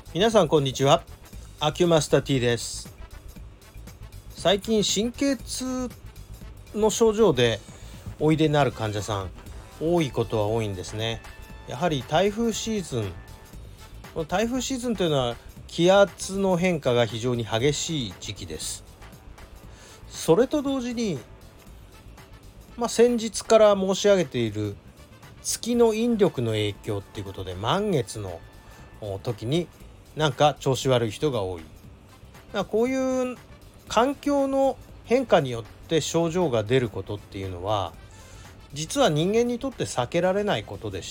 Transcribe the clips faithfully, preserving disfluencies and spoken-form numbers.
皆さんこんにちは。アキュマスタ T です。最近神経痛の症状でおいでになる患者さん多いことは多いんですね。やはり台風シーズン、この台風シーズンというのは気圧の変化が非常に激しい時期です。それと同時に、まあ、先日から申し上げている月の引力の影響っていうことで、満月の時になんか調子悪い人が多い。こういう環境の変化によって症状が出ることっていうのは、実は人間にとって避けられないことでして、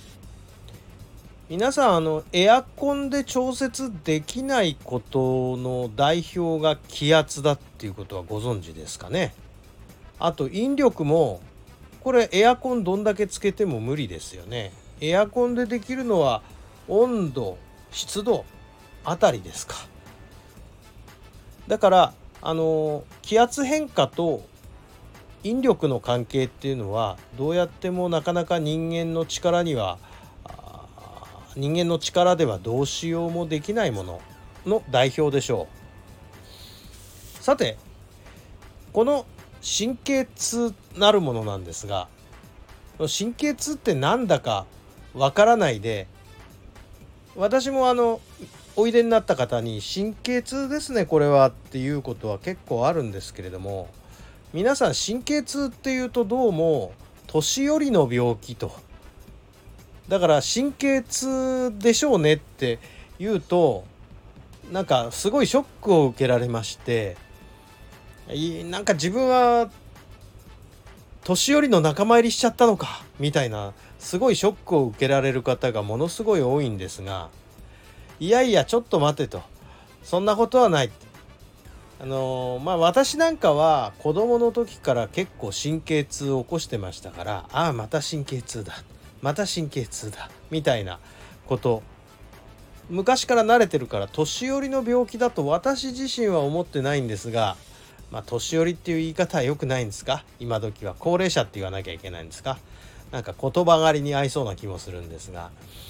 皆さんあのエアコンで調節できないことの代表が気圧だっていうことはご存知ですかね。あと引力も、これエアコンどんだけつけても無理ですよね。エアコンでできるのは温度、湿度あたりですか。だからあの気圧変化と引力の関係っていうのは、どうやってもなかなか人間の力には人間の力ではどうしようもできないものの代表でしょう。さて、この神経痛なるものなんですが、神経痛ってなんだかわからないで、私もあのおいでになった方に神経痛ですねこれはっていうことは結構あるんですけれども、皆さん神経痛っていうとどうも年寄りの病気と、だから神経痛でしょうねって言うと、なんかすごいショックを受けられまして、なんか自分は年寄りの仲間入りしちゃったのかみたいな、すごいショックを受けられる方がものすごい多いんですが、いやいやちょっと待てと、そんなことはない。あのー、まあ私なんかは子供の時から結構神経痛を起こしてましたから、ああまた神経痛だ、また神経痛だみたいなこと、昔から慣れてるから年寄りの病気だと私自身は思ってないんですが、まあ年寄りっていう言い方は良くないんですか。今時は高齢者って言わなきゃいけないんですか。なんか言葉狩りに合いそうな気もするんですが、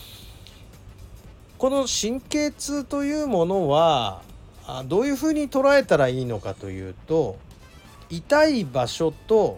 この神経痛というものはどういうふうに捉えたらいいのかというと、痛い場所と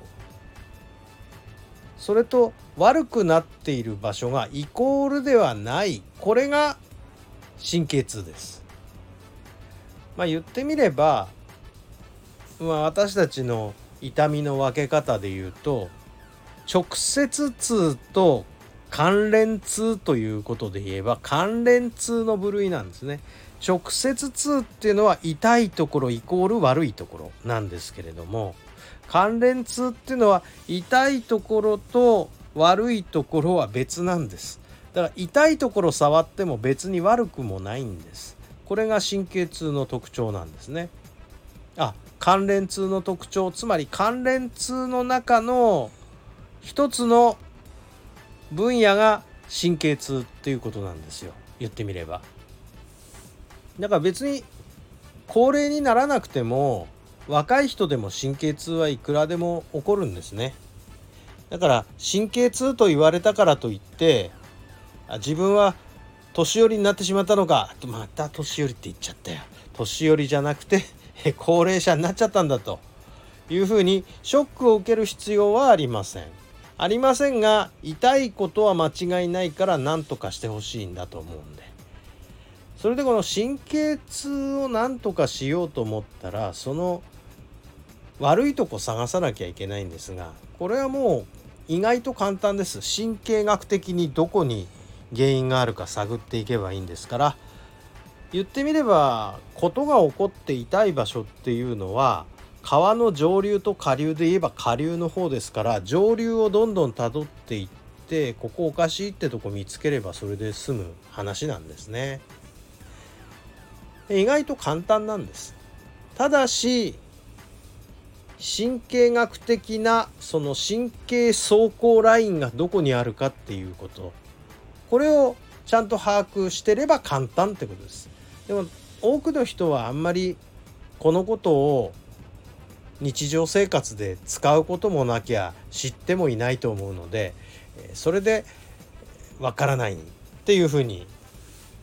それと悪くなっている場所がイコールではない、これが神経痛です。まあ言ってみれば、まあ、私たちの痛みの分け方で言うと、直接痛と関連痛ということで言えば関連痛の部類なんですね。直接痛っていうのは痛いところイコール悪いところなんですけれども、関連痛っていうのは痛いところと悪いところは別なんです。だから痛いところ触っても別に悪くもないんです。これが神経痛の特徴なんですね。あ、関連痛の特徴、つまり関連痛の中の一つの分野が神経痛っていうことなんですよ、言ってみれば。だから別に高齢にならなくても若い人でも神経痛はいくらでも起こるんですね。だから神経痛と言われたからといって、自分は年寄りになってしまったのか、また年寄りって言っちゃったよ、年寄りじゃなくて高齢者になっちゃったんだというふうにショックを受ける必要はありません。ありませんが、痛いことは間違いないから何とかしてほしいんだと思うんで、それでこの神経痛を何とかしようと思ったら、その悪いとこ探さなきゃいけないんですが、これはもう意外と簡単です。神経学的にどこに原因があるか探っていけばいいんですから、言ってみればことが起こって痛い場所っていうのは川の上流と下流で言えば下流の方ですから、上流をどんどん辿っていって、ここおかしいってとこ見つければそれで済む話なんですね。意外と簡単なんです。ただし神経学的なその神経走行ラインがどこにあるかっていうこと、これをちゃんと把握してれば簡単ってことです。でも多くの人はあんまりこのことを日常生活で使うこともなきゃ知ってもいないと思うので、それでわからないっていうふうに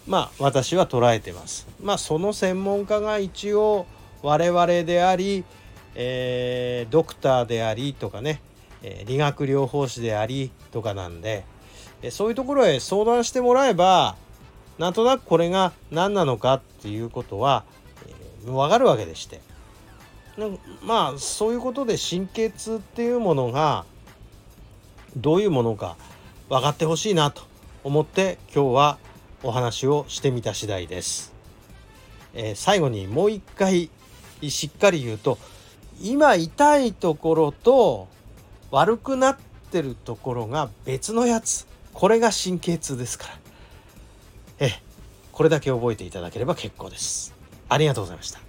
まあ私は捉えてます。まあその専門家が一応我々であり、えー、ドクターでありとかね、えー、理学療法士でありとかなんで、えー、そういうところへ相談してもらえばなんとなくこれが何なのかっていうことは、えー、分かるわけでして、まあそういうことで神経痛っていうものがどういうものか分かってほしいなと思って今日はお話をしてみた次第です。えー、最後にもう一回しっかり言うと、今痛いところと悪くなってるところが別のやつ、これが神経痛ですから、えー、これだけ覚えていただければ結構です。ありがとうございました。